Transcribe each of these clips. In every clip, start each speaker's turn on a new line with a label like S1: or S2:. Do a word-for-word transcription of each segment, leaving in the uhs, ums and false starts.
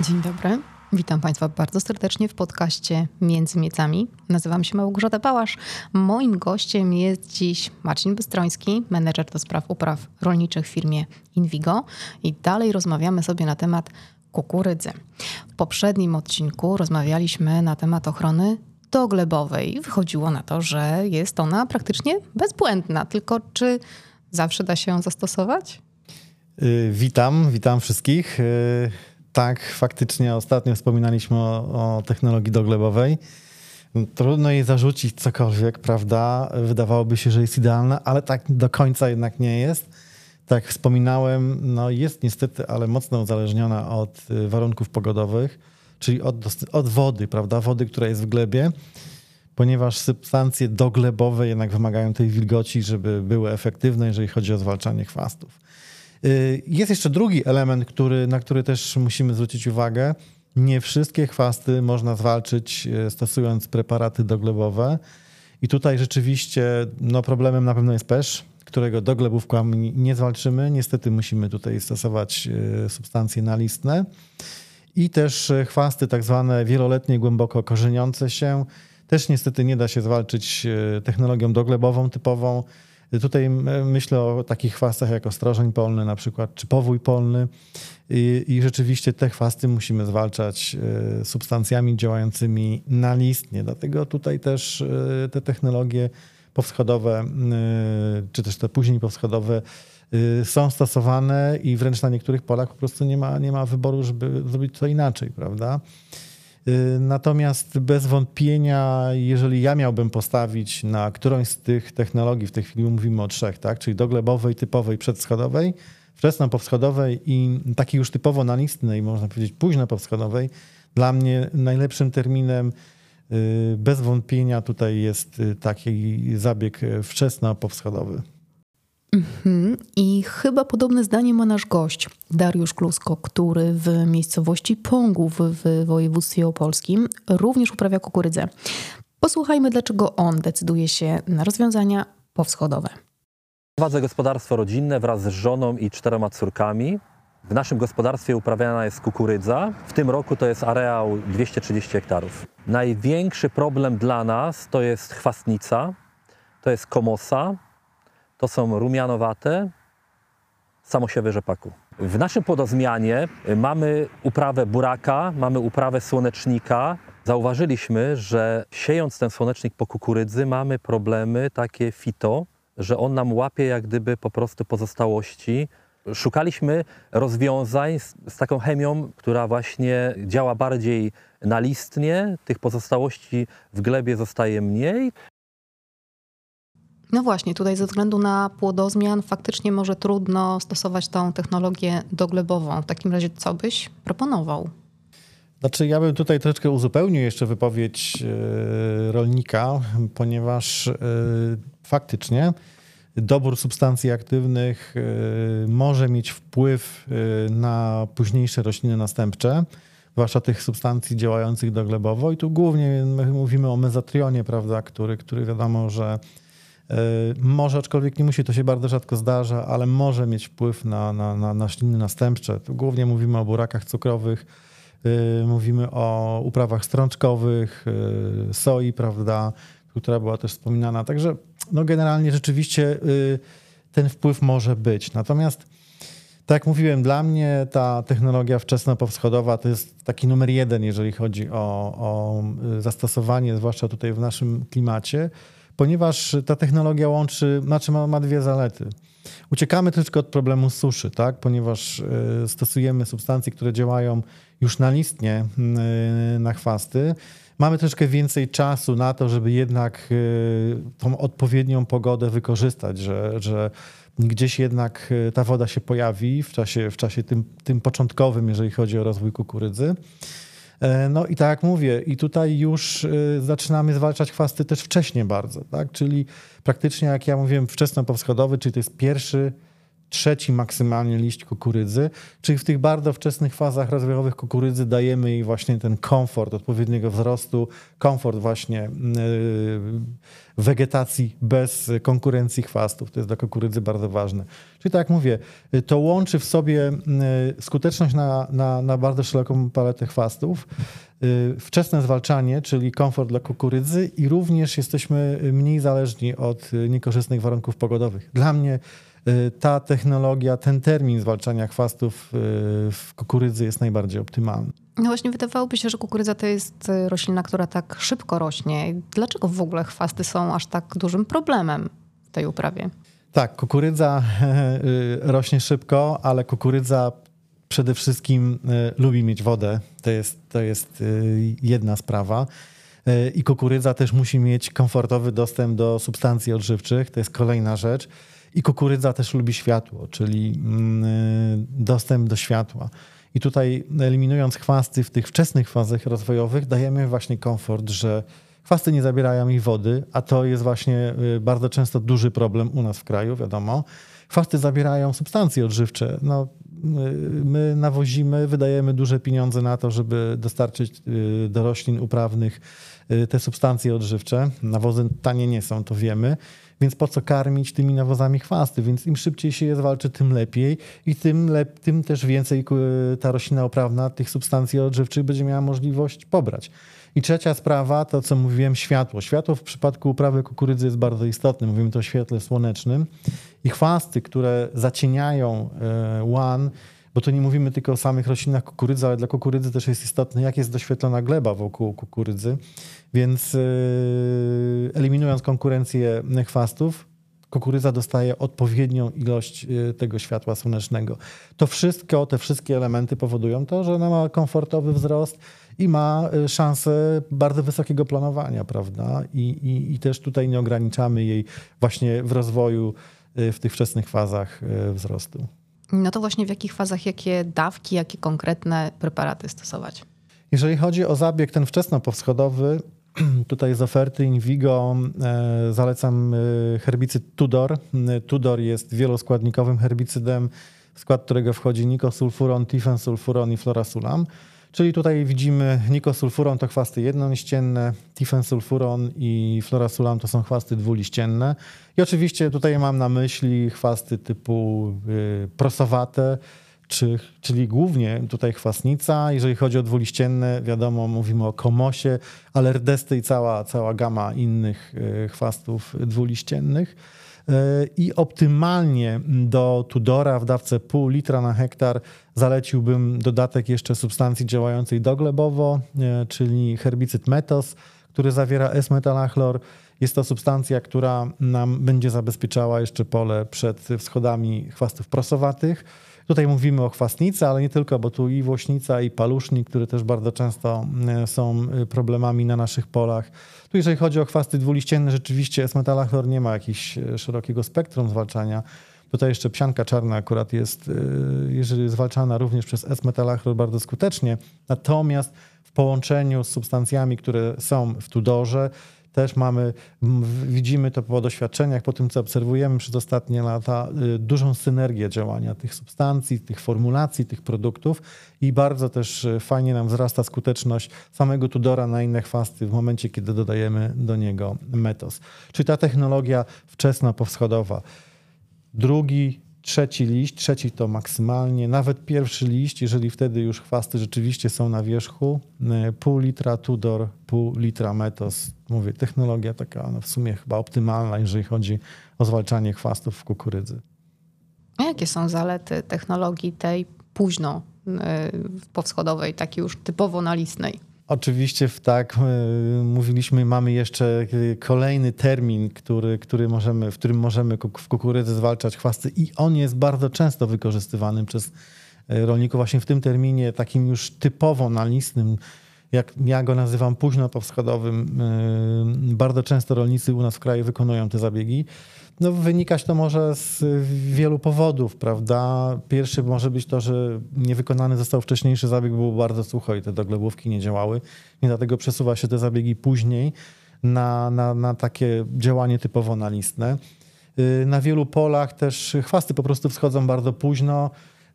S1: Dzień dobry. Witam Państwa bardzo serdecznie w podcaście Między Miecami. Nazywam się Małgorzata Bałasz. Moim gościem jest dziś Marcin Bystroński, menedżer do spraw upraw rolniczych w firmie Invigo. I dalej rozmawiamy sobie na temat kukurydzy. W poprzednim odcinku rozmawialiśmy na temat ochrony doglebowej. Wychodziło na to, że jest ona praktycznie bezbłędna. Tylko czy zawsze da się ją zastosować?
S2: Yy, witam, witam wszystkich. Yy... Tak, faktycznie ostatnio wspominaliśmy o, o technologii doglebowej. Trudno jej zarzucić cokolwiek, prawda? Wydawałoby się, że jest idealna, ale tak do końca jednak nie jest. Tak jak wspominałem, no jest niestety, ale mocno uzależniona od warunków pogodowych, czyli od, od wody, prawda? Wody, która jest w glebie, ponieważ substancje doglebowe jednak wymagają tej wilgoci, żeby były efektywne, jeżeli chodzi o zwalczanie chwastów. Jest jeszcze drugi element, który, na który też musimy zwrócić uwagę. Nie wszystkie chwasty można zwalczyć stosując preparaty doglebowe. I tutaj rzeczywiście no, problemem na pewno jest pesz, którego doglebówkami nie zwalczymy. Niestety musimy tutaj stosować substancje nalistne. I też chwasty tak zwane wieloletnie, głęboko korzeniące się też niestety nie da się zwalczyć technologią doglebową typową. Tutaj myślę o takich chwastach jak ostrożeń polny na przykład, czy powój polny i, i rzeczywiście te chwasty musimy zwalczać substancjami działającymi nalistnie. Dlatego tutaj też te technologie powschodowe, czy też te później powschodowe są stosowane i wręcz na niektórych polach po prostu nie ma, nie ma wyboru, żeby zrobić to inaczej, prawda? Natomiast bez wątpienia, jeżeli ja miałbym postawić na którąś z tych technologii, w tej chwili mówimy o trzech, tak? Czyli doglebowej, typowej, przedschodowej, wczesno-powschodowej i takiej już typowo nalistnej, można powiedzieć późno powschodowej, dla mnie najlepszym terminem bez wątpienia tutaj jest taki zabieg wczesno-powschodowy.
S1: Mhm. I chyba podobne zdanie ma nasz gość, Dariusz Klusko, który w miejscowości Pągów w województwie opolskim również uprawia kukurydzę. Posłuchajmy, dlaczego on decyduje się na rozwiązania powschodowe.
S3: Prowadzę gospodarstwo rodzinne wraz z żoną i czterema córkami. W naszym gospodarstwie uprawiana jest kukurydza. W tym roku to jest areał dwieście trzydzieści hektarów. Największy problem dla nas to jest chwastnica, to jest komosa, to są rumianowate, samosiewy rzepaku. W naszym płodozmianie mamy uprawę buraka, mamy uprawę słonecznika. Zauważyliśmy, że siejąc ten słonecznik po kukurydzy mamy problemy takie fito, że on nam łapie jak gdyby po prostu pozostałości. Szukaliśmy rozwiązań z, z taką chemią, która właśnie działa bardziej nalistnie, tych pozostałości w glebie zostaje mniej.
S1: No właśnie, tutaj ze względu na płodozmian faktycznie może trudno stosować tą technologię doglebową. W takim razie co byś proponował?
S2: Znaczy ja bym tutaj troszeczkę uzupełnił jeszcze wypowiedź rolnika, ponieważ faktycznie dobór substancji aktywnych może mieć wpływ na późniejsze rośliny następcze, zwłaszcza tych substancji działających doglebowo. I tu głównie my mówimy o mezatrionie, prawda, który, który wiadomo, że może, aczkolwiek nie musi, to się bardzo rzadko zdarza, ale może mieć wpływ na, na, na naśliny następcze. Tu głównie mówimy o burakach cukrowych, yy, mówimy o uprawach strączkowych, yy, soi, prawda, która była też wspominana. Także no generalnie rzeczywiście yy, ten wpływ może być. Natomiast tak jak mówiłem, dla mnie ta technologia wczesno-powschodowa to jest taki numer jeden, jeżeli chodzi o, o zastosowanie, zwłaszcza tutaj w naszym klimacie, ponieważ ta technologia łączy, znaczy ma, ma dwie zalety. Uciekamy troszeczkę od problemu suszy, tak? Ponieważ y, stosujemy substancje, które działają już nalistnie y, na chwasty. Mamy troszkę więcej czasu na to, żeby jednak y, tą odpowiednią pogodę wykorzystać, że, że gdzieś jednak ta woda się pojawi w czasie, w czasie tym, tym początkowym, jeżeli chodzi o rozwój kukurydzy. No i tak jak mówię, i tutaj już zaczynamy zwalczać chwasty też wcześniej bardzo, tak? Czyli praktycznie jak ja mówiłem wczesno-powschodowy, czyli to jest pierwszy, trzeci maksymalnie liść kukurydzy, czyli w tych bardzo wczesnych fazach rozwojowych kukurydzy dajemy jej właśnie ten komfort odpowiedniego wzrostu, komfort właśnie wegetacji bez konkurencji chwastów. To jest dla kukurydzy bardzo ważne. Czyli tak jak mówię, to łączy w sobie skuteczność na, na, na bardzo szeroką paletę chwastów, wczesne zwalczanie, czyli komfort dla kukurydzy i również jesteśmy mniej zależni od niekorzystnych warunków pogodowych. Dla mnie ta technologia, ten termin zwalczania chwastów w kukurydzy jest najbardziej optymalny.
S1: No właśnie wydawałoby się, że kukurydza to jest roślina, która tak szybko rośnie. Dlaczego w ogóle chwasty są aż tak dużym problemem w tej uprawie?
S2: Tak, kukurydza rośnie szybko, ale kukurydza przede wszystkim lubi mieć wodę. To jest, to jest jedna sprawa. I kukurydza też musi mieć komfortowy dostęp do substancji odżywczych. To jest kolejna rzecz. I kukurydza też lubi światło, czyli dostęp do światła. I tutaj eliminując chwasty w tych wczesnych fazach rozwojowych dajemy właśnie komfort, że chwasty nie zabierają ich wody, a to jest właśnie bardzo często duży problem u nas w kraju, wiadomo. Chwasty zabierają substancje odżywcze. No, my nawozimy, wydajemy duże pieniądze na to, żeby dostarczyć do roślin uprawnych te substancje odżywcze. Nawozy tanie nie są, to wiemy. Więc po co karmić tymi nawozami chwasty? Więc im szybciej się je zwalczy, tym lepiej i tym, lep, tym też więcej ta roślina uprawna tych substancji odżywczych będzie miała możliwość pobrać. I trzecia sprawa, to co mówiłem, światło. Światło w przypadku uprawy kukurydzy jest bardzo istotne. Mówimy tu o świetle słonecznym. I chwasty, które zacieniają łan, bo tu nie mówimy tylko o samych roślinach kukurydzy, ale dla kukurydzy też jest istotne, jak jest doświetlona gleba wokół kukurydzy. Więc eliminując konkurencję chwastów, kukurydza dostaje odpowiednią ilość tego światła słonecznego. To wszystko, te wszystkie elementy powodują to, że ona ma komfortowy wzrost i ma szansę bardzo wysokiego planowania, prawda? I, i, i też tutaj nie ograniczamy jej właśnie w rozwoju w tych wczesnych fazach wzrostu.
S1: No to właśnie w jakich fazach, jakie dawki, jakie konkretne preparaty stosować?
S2: Jeżeli chodzi o zabieg ten wczesnopowschodowy, tutaj z oferty Invigo e, zalecam herbicyd Tudor. Tudor jest wieloskładnikowym herbicydem, w skład którego wchodzi nikosulfuron, tifensulfuron i florasulam. Czyli tutaj widzimy nikosulfuron to chwasty jednoliścienne, tifensulfuron i florasulam to są chwasty dwuliścienne. I oczywiście tutaj mam na myśli chwasty typu y, prosowate, Czy, czyli głównie tutaj chwastnica. Jeżeli chodzi o dwuliścienne, wiadomo, mówimy o komosie, alerdesty i cała, cała gama innych chwastów dwuliściennych. I optymalnie do Tudora w dawce pół litra na hektar zaleciłbym dodatek jeszcze substancji działającej doglebowo, czyli herbicyd Metos, który zawiera S-metalachlor. Jest to substancja, która nam będzie zabezpieczała jeszcze pole przed wschodami chwastów prosowatych. Tutaj mówimy o chwastnicy, ale nie tylko, bo tu i włośnica, i palusznik, które też bardzo często są problemami na naszych polach. Tu jeżeli chodzi o chwasty dwuliścienne, rzeczywiście S-metalachlor nie ma jakiegoś szerokiego spektrum zwalczania. Tutaj jeszcze psianka czarna akurat jest, jeżeli zwalczana również przez S-metalachlor bardzo skutecznie. Natomiast w połączeniu z substancjami, które są w Tudorze, też mamy, widzimy to po doświadczeniach, po tym, co obserwujemy przez ostatnie lata, dużą synergię działania tych substancji, tych formulacji, tych produktów i bardzo też fajnie nam wzrasta skuteczność samego Tudora na inne chwasty w momencie, kiedy dodajemy do niego Metos. Czyli ta technologia wczesnopowschodowa. Drugi, trzeci liść, trzeci to maksymalnie, nawet pierwszy liść, jeżeli wtedy już chwasty rzeczywiście są na wierzchu, pół litra Tudor, pół litra Metos. Mówię, technologia taka no w sumie chyba optymalna, jeżeli chodzi o zwalczanie chwastów w kukurydzy.
S1: A jakie są zalety technologii tej późno powschodowej, takiej już typowo nalistnej?
S2: Oczywiście tak, mówiliśmy, mamy jeszcze kolejny termin, który, który możemy, w którym możemy w kukurydzy zwalczać chwasty i on jest bardzo często wykorzystywany przez rolników właśnie w tym terminie takim już typowo nalistnym, jak ja go nazywam późno powschodowym. Bardzo często rolnicy u nas w kraju wykonują te zabiegi. No, wynikać to może z wielu powodów, prawda? Pierwszy może być to, że niewykonany został wcześniejszy zabieg, był bardzo sucho i te doglebówki nie działały. I dlatego przesuwa się te zabiegi później na, na, na takie działanie typowo nalistne. Na wielu polach też chwasty po prostu wschodzą bardzo późno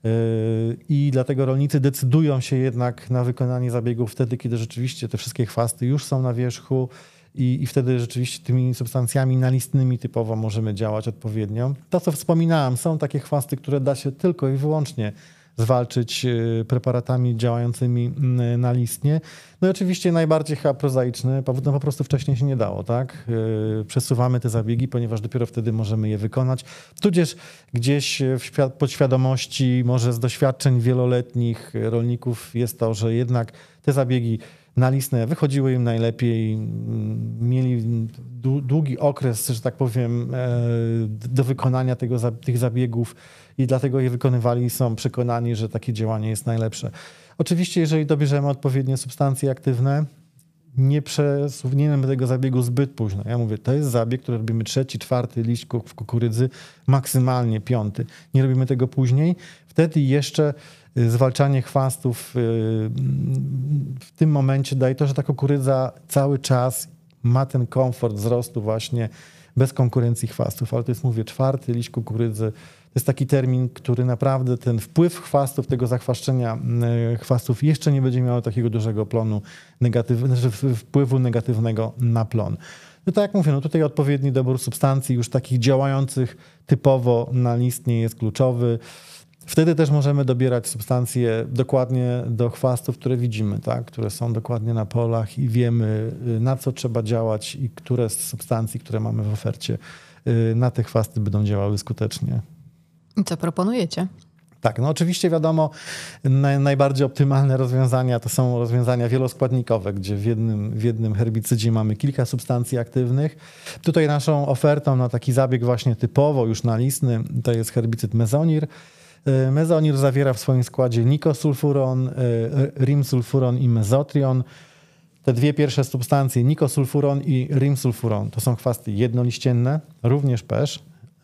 S2: i dlatego rolnicy decydują się jednak na wykonanie zabiegów wtedy, kiedy rzeczywiście te wszystkie chwasty już są na wierzchu i, i wtedy rzeczywiście tymi substancjami nalistnymi typowo możemy działać odpowiednio. To, co wspominałem, są takie chwasty, które da się tylko i wyłącznie zwalczyć preparatami działającymi nalistnie. No i oczywiście najbardziej chyba prozaiczny, no po prostu wcześniej się nie dało, tak? Przesuwamy te zabiegi, ponieważ dopiero wtedy możemy je wykonać. Tudzież gdzieś w podświadomości, może z doświadczeń wieloletnich rolników jest to, że jednak te zabiegi nalistne wychodziły im najlepiej, mieli długi okres, że tak powiem, do wykonania tego, tych zabiegów i dlatego je wykonywali i są przekonani, że takie działanie jest najlepsze. Oczywiście, jeżeli dobierzemy odpowiednie substancje aktywne, nie przesuniemy tego zabiegu zbyt późno. Ja mówię, to jest zabieg, który robimy trzeci, czwarty liść w kukurydzy, maksymalnie piąty. Nie robimy tego później. Wtedy jeszcze zwalczanie chwastów w tym momencie daje to, że ta kukurydza cały czas ma ten komfort wzrostu właśnie bez konkurencji chwastów. Ale to jest, mówię, czwarty liść kukurydzy. To jest taki termin, który naprawdę ten wpływ chwastów, tego zachwaszczenia chwastów jeszcze nie będzie miało takiego dużego plonu negatywnego, znaczy wpływu negatywnego na plon. No tak jak mówię, no tutaj odpowiedni dobór substancji już takich działających typowo nalistnie jest kluczowy. Wtedy też możemy dobierać substancje dokładnie do chwastów, które widzimy, tak? Które są dokładnie na polach i wiemy, na co trzeba działać i które z substancji, które mamy w ofercie, na te chwasty będą działały skutecznie.
S1: I co proponujecie?
S2: Tak, no oczywiście wiadomo, najbardziej optymalne rozwiązania to są rozwiązania wieloskładnikowe, gdzie w jednym, w jednym herbicydzie mamy kilka substancji aktywnych. Tutaj naszą ofertą na taki zabieg właśnie typowo już nalistny to jest herbicyd Mezonir. Mezonir zawiera w swoim składzie nikosulfuron, rimsulfuron i mezotrion. Te dwie pierwsze substancje, nikosulfuron i rimsulfuron, to są chwasty jednoliścienne, również pesz,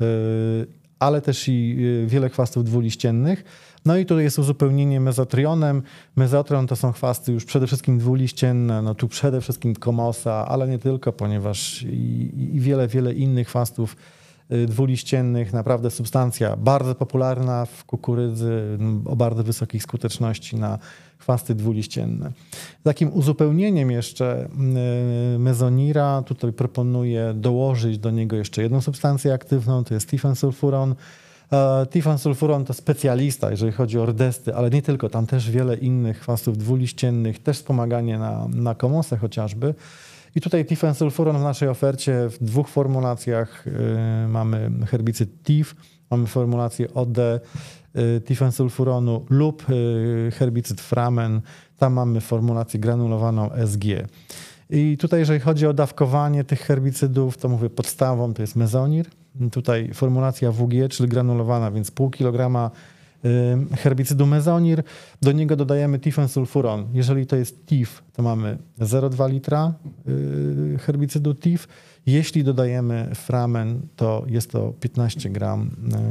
S2: ale też i wiele chwastów dwuliściennych. No i tutaj jest uzupełnienie mezotrionem. Mezotrion to są chwasty już przede wszystkim dwuliścienne, no tu przede wszystkim komosa, ale nie tylko, ponieważ i, i wiele, wiele innych chwastów dwuliściennych, naprawdę substancja bardzo popularna w kukurydzy, o bardzo wysokiej skuteczności na chwasty dwuliścienne. Takim uzupełnieniem jeszcze mezonira, tutaj proponuję dołożyć do niego jeszcze jedną substancję aktywną, to jest tifensulfuron. Tifensulfuron to specjalista, jeżeli chodzi o rdesty, ale nie tylko, tam też wiele innych chwastów dwuliściennych, też wspomaganie na, na komosę chociażby. I tutaj tifensulfuron w naszej ofercie w dwóch formulacjach. Yy, mamy herbicyd T I F, mamy formulację O D yy, tifensulfuronu lub yy, herbicyd Framen. Tam mamy formulację granulowaną S G. I tutaj jeżeli chodzi o dawkowanie tych herbicydów, to mówię podstawą to jest Mezonir. Tutaj formulacja W G, czyli granulowana, więc pół kilograma herbicydu Mezonir. Do niego dodajemy tifensulfuron. Jeżeli to jest T I F, to mamy zero przecinek dwa litra herbicydu T I F. Jeśli dodajemy Framen, to jest to piętnaście gram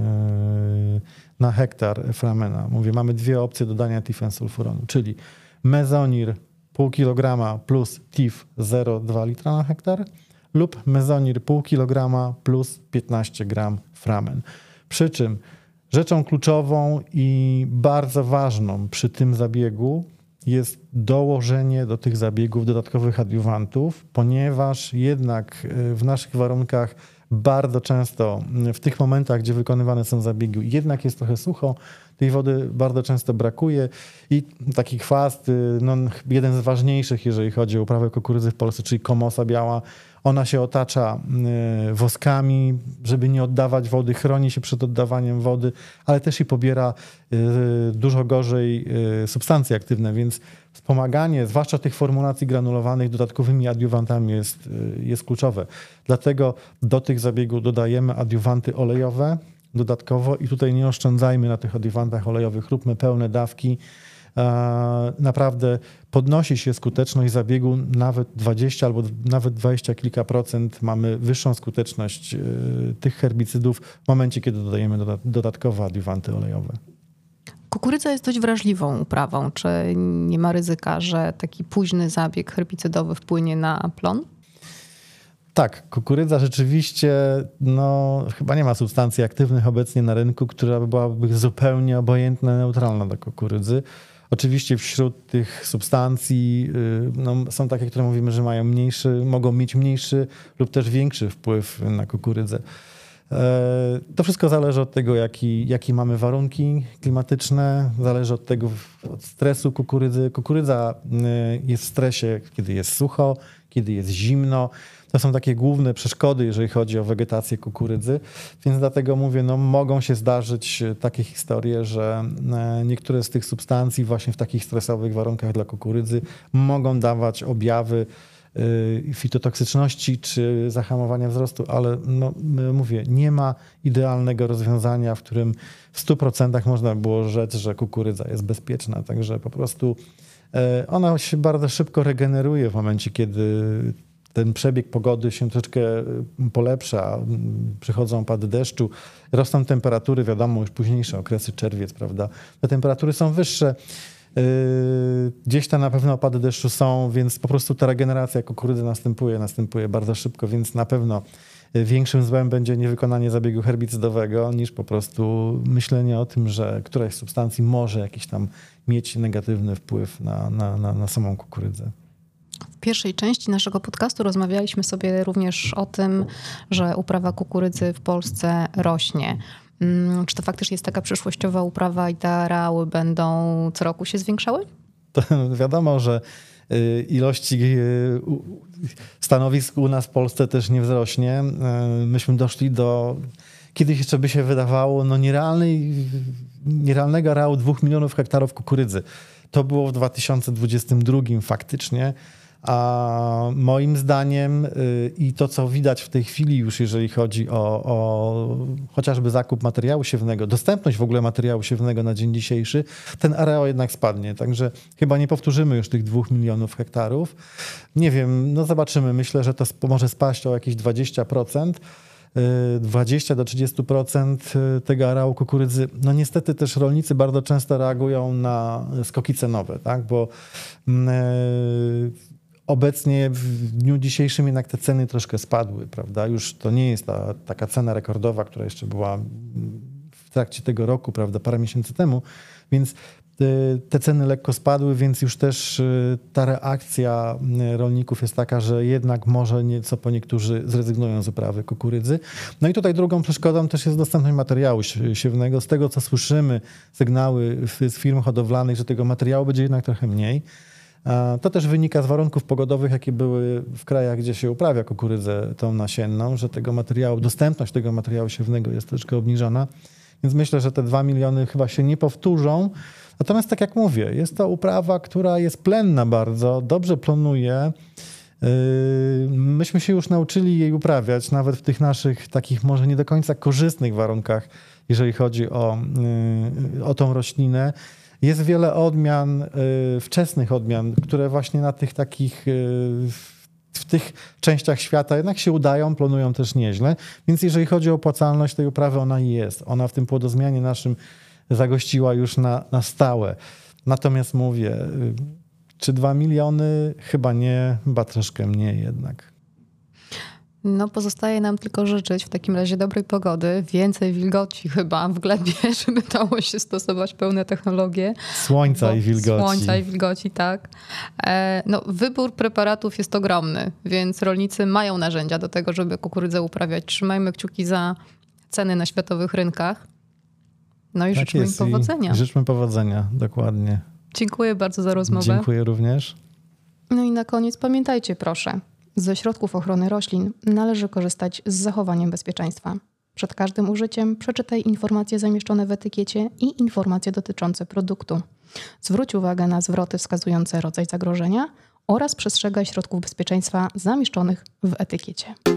S2: na hektar Framena. Mówię, mamy dwie opcje dodania tifensulfuronu, czyli Mezonir pół kilograma plus T I F zero przecinek dwa litra na hektar lub Mezonir pół kilograma plus piętnaście gram Framen. Przy czym rzeczą kluczową i bardzo ważną przy tym zabiegu jest dołożenie do tych zabiegów dodatkowych adiuwantów, ponieważ jednak w naszych warunkach bardzo często w tych momentach, gdzie wykonywane są zabiegi, jednak jest trochę sucho, tej wody bardzo często brakuje i taki chwast, no, jeden z ważniejszych, jeżeli chodzi o uprawę kukurydzy w Polsce, czyli komosa biała, ona się otacza woskami, żeby nie oddawać wody, chroni się przed oddawaniem wody, ale też i pobiera dużo gorzej substancje aktywne, więc wspomaganie, zwłaszcza tych formulacji granulowanych dodatkowymi adiuwantami jest, jest kluczowe. Dlatego do tych zabiegów dodajemy adiuwanty olejowe dodatkowo i tutaj nie oszczędzajmy na tych adiuwantach olejowych, róbmy pełne dawki. Naprawdę podnosi się skuteczność zabiegu nawet dwadzieścia albo nawet dwadzieścia kilka procent. Mamy wyższą skuteczność tych herbicydów w momencie, kiedy dodajemy dodatkowe adiuwanty olejowe.
S1: Kukurydza jest dość wrażliwą uprawą. Czy nie ma ryzyka, że taki późny zabieg herbicydowy wpłynie na plon?
S2: Tak, kukurydza rzeczywiście, no chyba nie ma substancji aktywnych obecnie na rynku, która byłaby zupełnie obojętna, neutralna do kukurydzy. Oczywiście wśród tych substancji no, są takie, które mówimy, że mają mniejszy, mogą mieć mniejszy lub też większy wpływ na kukurydzę. To wszystko zależy od tego, jaki, jakie mamy warunki klimatyczne, zależy od tego, od stresu kukurydzy. Kukurydza jest w stresie, kiedy jest sucho, kiedy jest zimno. To są takie główne przeszkody, jeżeli chodzi o wegetację kukurydzy, więc dlatego mówię, no mogą się zdarzyć takie historie, że niektóre z tych substancji właśnie w takich stresowych warunkach dla kukurydzy mogą dawać objawy fitotoksyczności czy zahamowania wzrostu, ale no, mówię, nie ma idealnego rozwiązania, w którym w stu procentach można było rzec, że kukurydza jest bezpieczna, także po prostu ona się bardzo szybko regeneruje w momencie, kiedy ten przebieg pogody się troszeczkę polepsza, przychodzą opady deszczu, rosną temperatury, wiadomo, już późniejsze okresy, czerwiec, prawda, te temperatury są wyższe. Gdzieś tam na pewno opady deszczu są, więc po prostu ta regeneracja kukurydzy następuje, następuje bardzo szybko, więc na pewno większym złem będzie niewykonanie zabiegu herbicydowego niż po prostu myślenie o tym, że któraś z substancji może jakiś tam mieć negatywny wpływ na, na, na, na samą kukurydzę.
S1: W pierwszej części naszego podcastu rozmawialiśmy sobie również o tym, że uprawa kukurydzy w Polsce rośnie. Czy to faktycznie jest taka przyszłościowa uprawa i te areały będą co roku się zwiększały?
S2: To wiadomo, że ilości stanowisk u nas w Polsce też nie wzrośnie. Myśmy doszli do, kiedyś jeszcze by się wydawało, no nierealnej, nierealnego areału dwóch milionów hektarów kukurydzy. To było w dwa tysiące dwudziestym drugim faktycznie. A moim zdaniem i to, co widać w tej chwili już, jeżeli chodzi o, o chociażby zakup materiału siewnego, dostępność w ogóle materiału siewnego na dzień dzisiejszy, ten areał jednak spadnie. Także chyba nie powtórzymy już tych dwóch milionów hektarów. Nie wiem, no zobaczymy. Myślę, że to może spaść o jakieś dwadzieścia procent. dwadzieścia do trzydziestu procent tego areału kukurydzy. No niestety też rolnicy bardzo często reagują na skoki cenowe, tak? Bo obecnie w dniu dzisiejszym jednak te ceny troszkę spadły, prawda? Już to nie jest ta taka cena rekordowa, która jeszcze była w trakcie tego roku, prawda, parę miesięcy temu, więc te ceny lekko spadły, więc już też ta reakcja rolników jest taka, że jednak może nieco po niektórzy zrezygnują z uprawy kukurydzy. No i tutaj drugą przeszkodą też jest dostępność materiału siewnego. Z tego, co słyszymy, sygnały z firm hodowlanych, że tego materiału będzie jednak trochę mniej. To też wynika z warunków pogodowych, jakie były w krajach, gdzie się uprawia kukurydzę tą nasienną, że tego materiału, dostępność tego materiału siewnego jest troszkę obniżona. Więc myślę, że te dwa miliony chyba się nie powtórzą. Natomiast tak jak mówię, jest to uprawa, która jest plenna bardzo, dobrze plonuje. Myśmy się już nauczyli jej uprawiać, nawet w tych naszych takich może nie do końca korzystnych warunkach, jeżeli chodzi o, o tą roślinę. Jest wiele odmian, wczesnych odmian, które właśnie na tych takich, w tych częściach świata jednak się udają, plonują też nieźle. Więc jeżeli chodzi o opłacalność tej uprawy, ona jest. Ona w tym płodozmianie naszym zagościła już na, na stałe. Natomiast mówię, czy dwa miliony? Chyba nie, chyba troszkę mniej jednak.
S1: No pozostaje nam tylko życzyć w takim razie dobrej pogody, więcej wilgoci chyba w glebie, żeby dało się stosować pełne technologie.
S2: Słońca i wilgoci.
S1: Słońca i wilgoci, tak. No, wybór preparatów jest ogromny, więc rolnicy mają narzędzia do tego, żeby kukurydzę uprawiać. Trzymajmy kciuki za ceny na światowych rynkach. No i tak życzmy jest. im powodzenia.
S2: I życzmy powodzenia, dokładnie.
S1: Dziękuję bardzo za rozmowę.
S2: Dziękuję również.
S1: No i na koniec pamiętajcie proszę, ze środków ochrony roślin należy korzystać z zachowaniem bezpieczeństwa. Przed każdym użyciem przeczytaj informacje zamieszczone w etykiecie i informacje dotyczące produktu. Zwróć uwagę na zwroty wskazujące rodzaj zagrożenia oraz przestrzegaj środków bezpieczeństwa zamieszczonych w etykiecie.